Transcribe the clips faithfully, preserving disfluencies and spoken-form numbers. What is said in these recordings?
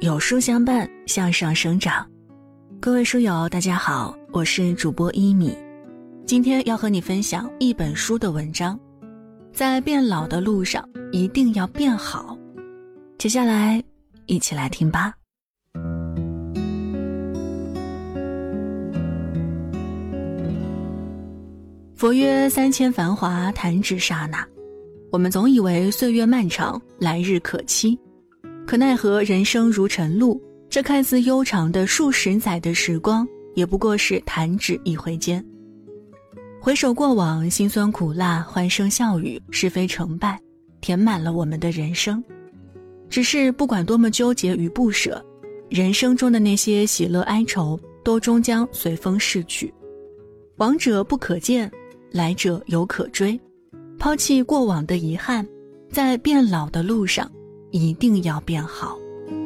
有书相伴，向上生长。各位书友大家好，我是主播一米。今天要和你分享一本书的文章，在变老的路上一定要变好。接下来一起来听吧。佛曰三千繁华，弹指刹那。我们总以为岁月漫长，来日可期，可奈何人生如晨露，这看似悠长的数十载的时光，也不过是弹指一挥间。回首过往，辛酸苦辣，欢声笑语，是非成败，填满了我们的人生。只是不管多么纠结与不舍，人生中的那些喜乐哀愁，都终将随风逝去。往者不可见，来者犹可追。抛弃过往的遗憾，在变老的路上一定要变好。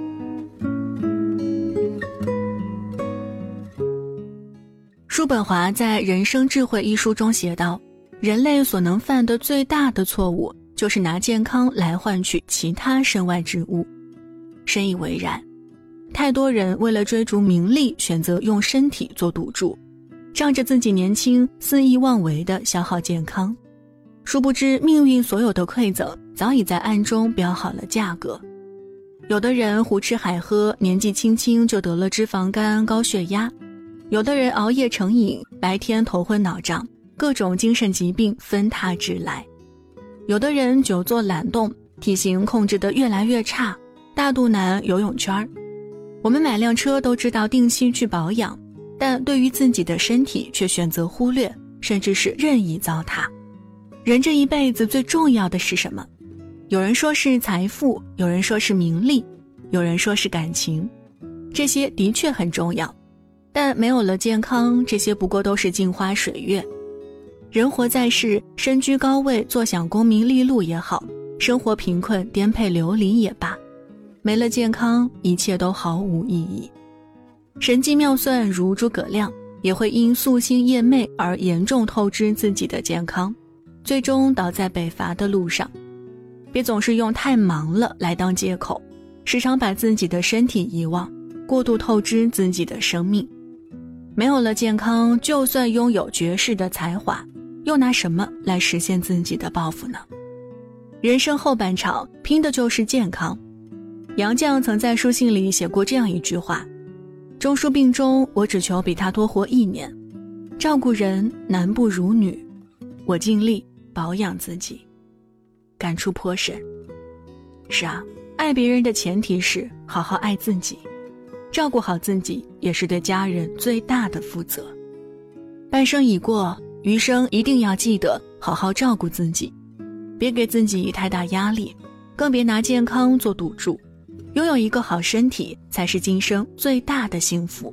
叔本华在《人生智慧》一书中写道，人类所能犯的最大的错误，就是拿健康来换取其他身外之物。深以为然，太多人为了追逐名利，选择用身体做赌注，仗着自己年轻，肆意妄为地消耗健康。殊不知命运所有的馈赠早已在暗中标好了价格。有的人胡吃海喝，年纪轻轻就得了脂肪肝、高血压；有的人熬夜成瘾，白天头昏脑胀，各种精神疾病纷沓直来；有的人久坐懒动，体型控制得越来越差，大肚腩、游泳圈。我们买辆车都知道定期去保养，但对于自己的身体却选择忽略，甚至是任意糟蹋。人这一辈子最重要的是什么？有人说是财富，有人说是名利，有人说是感情，这些的确很重要，但没有了健康，这些不过都是镜花水月。人活在世，身居高位，坐享功名利禄也好，生活贫困，颠沛流离也罢，没了健康，一切都毫无意义。神机妙算如诸葛亮，也会因夙兴夜寐而严重透支自己的健康，最终倒在北伐的路上。别总是用太忙了来当借口，时常把自己的身体遗忘，过度透支自己的生命。没有了健康，就算拥有绝世的才华，又拿什么来实现自己的抱负呢？人生后半场拼的就是健康。杨绛曾在书信里写过这样一句话：中书病中，我只求比他多活一年。照顾人男不如女，我尽力保养自己。感触颇深。是啊，爱别人的前提是好好爱自己，照顾好自己也是对家人最大的负责。半生已过，余生一定要记得好好照顾自己，别给自己太大压力，更别拿健康做赌注。拥有一个好身体才是今生最大的幸福。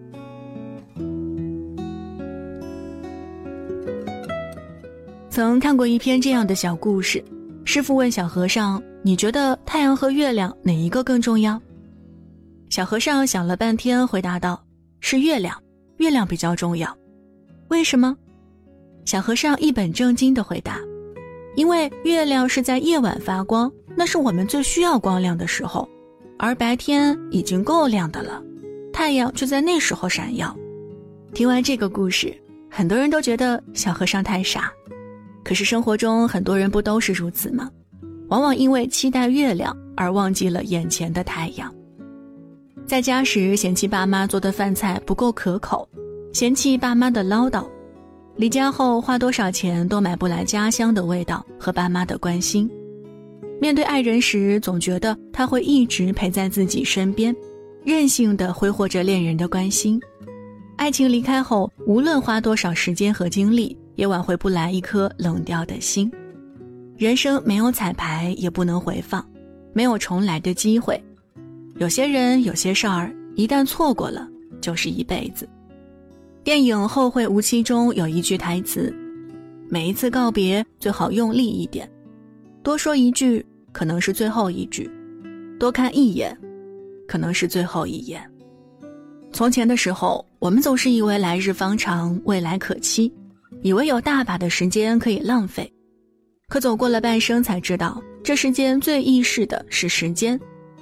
曾看过一篇这样的小故事，师父问小和尚，你觉得太阳和月亮哪一个更重要？小和尚想了半天回答道，是月亮，月亮比较重要。为什么？小和尚一本正经地回答，因为月亮是在夜晚发光，那是我们最需要光亮的时候，而白天已经够亮的了，太阳却在那时候闪耀。听完这个故事，很多人都觉得小和尚太傻，可是生活中很多人不都是如此吗？往往因为期待月亮而忘记了眼前的太阳。在家时嫌弃爸妈做的饭菜不够可口，嫌弃爸妈的唠叨，离家后花多少钱都买不来家乡的味道和爸妈的关心。面对爱人时，总觉得他会一直陪在自己身边，任性地挥霍着恋人的关心。爱情离开后，无论花多少时间和精力，也挽回不来一颗冷掉的心。人生没有彩排，也不能回放，没有重来的机会。有些人，有些事儿，一旦错过了，就是一辈子。电影《后会无期》中有一句台词，每一次告别最好用力一点，多说一句可能是最后一句，多看一眼可能是最后一眼。从前的时候，我们总是以为来日方长，未来可期，以为有大把的时间可以浪费，可走过了半生才知道，这世间最易逝的是时间，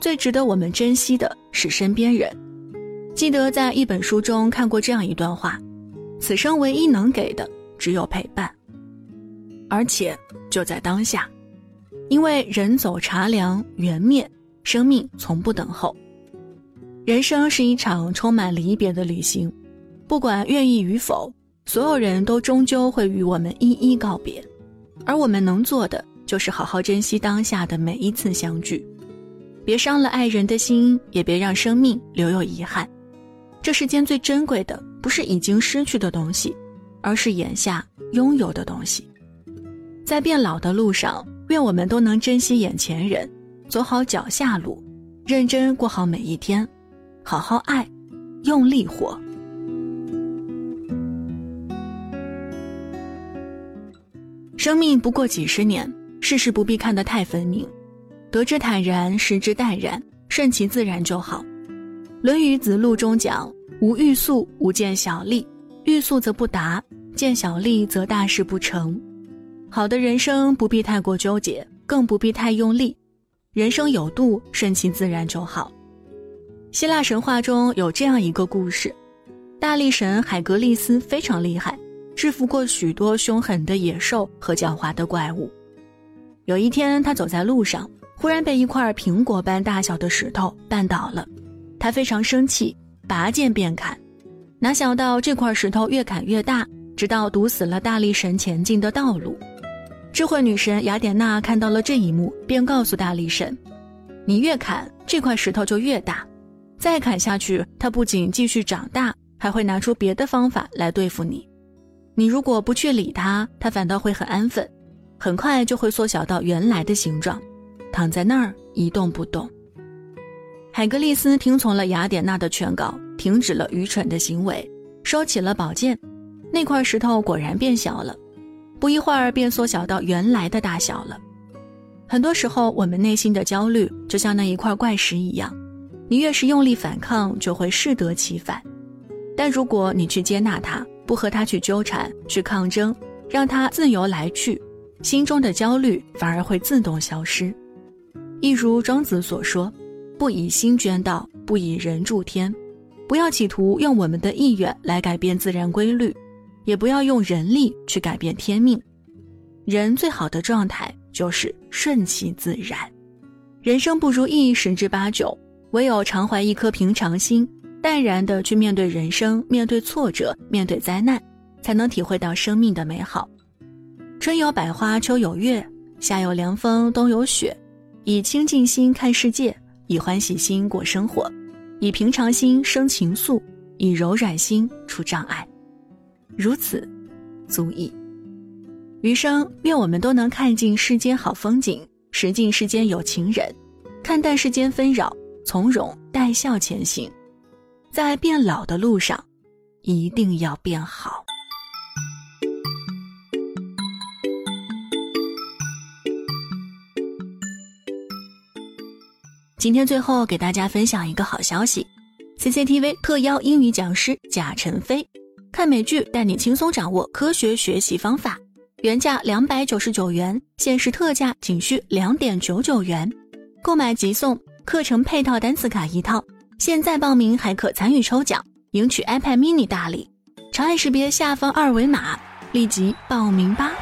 最值得我们珍惜的是身边人。记得在一本书中看过这样一段话，此生唯一能给的只有陪伴，而且就在当下。因为人走茶凉缘灭，生命从不等候。人生是一场充满离别的旅行，不管愿意与否，所有人都终究会与我们一一告别。而我们能做的就是好好珍惜当下的每一次相聚，别伤了爱人的心，也别让生命留有遗憾。这世间最珍贵的不是已经失去的东西，而是眼下拥有的东西。在变老的路上，愿我们都能珍惜眼前人，走好脚下路，认真过好每一天，好好爱，用力活。生命不过几十年，世事不必看得太分明，得之坦然，失之淡然，顺其自然就好。论语子路中讲，无欲速，无见小利，欲速则不达，见小利则大事不成。好的人生不必太过纠结，更不必太用力，人生有度，顺其自然就好。希腊神话中有这样一个故事，大力神海格力斯非常厉害，制服过许多凶狠的野兽和狡猾的怪物。有一天，他走在路上，忽然被一块苹果般大小的石头绊倒了。他非常生气，拔剑便砍，哪想到这块石头越砍越大，直到堵死了大力神前进的道路。智慧女神雅典娜看到了这一幕，便告诉大力神，你越砍，这块石头就越大，再砍下去，它不仅继续长大，还会拿出别的方法来对付你。你如果不去理它，它反倒会很安分，很快就会缩小到原来的形状，躺在那儿一动不动。海格力斯听从了雅典娜的劝告，停止了愚蠢的行为，收起了宝剑，那块石头果然变小了，不一会儿便缩小到原来的大小了。很多时候，我们内心的焦虑就像那一块怪石一样，你越是用力反抗，就会适得其反。但如果你去接纳它，不和它去纠缠，去抗争，让它自由来去，心中的焦虑反而会自动消失。一如庄子所说，不以心捐道，不以人助天。不要企图用我们的意愿来改变自然规律，也不要用人力去改变天命。人最好的状态就是顺其自然。人生不如意十之八九，唯有常怀一颗平常心，淡然地去面对人生，面对挫折，面对灾难，才能体会到生命的美好。春有百花，秋有月，夏有凉风，冬有雪。以清净心看世界，以欢喜心过生活，以平常心生情愫，以柔软心除障碍。如此足矣。余生愿我们都能看尽世间好风景，识尽世间有情人，看淡世间纷扰，从容带笑前行。在变老的路上，一定要变好。今天最后给大家分享一个好消息， C C T V 特邀英语讲师贾晨飞，看美剧带你轻松掌握科学学习方法，原价两百九十九元，限时特价仅需两点九九元，购买即送课程配套单词卡一套，现在报名还可参与抽奖，赢取 iPad mini 大礼。长按识别下方二维码，立即报名吧。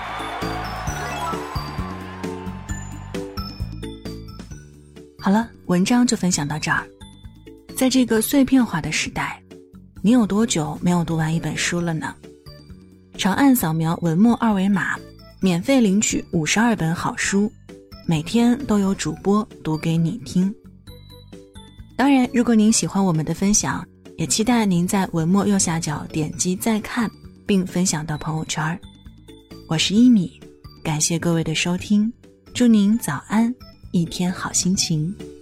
好了，文章就分享到这儿。在这个碎片化的时代，你有多久没有读完一本书了呢？长按扫描文末二维码，免费领取五十二本好书，每天都有主播读给你听。当然，如果您喜欢我们的分享，也期待您在文末右下角点击再看，并分享到朋友圈。我是一米，感谢各位的收听，祝您早安，一天好心情。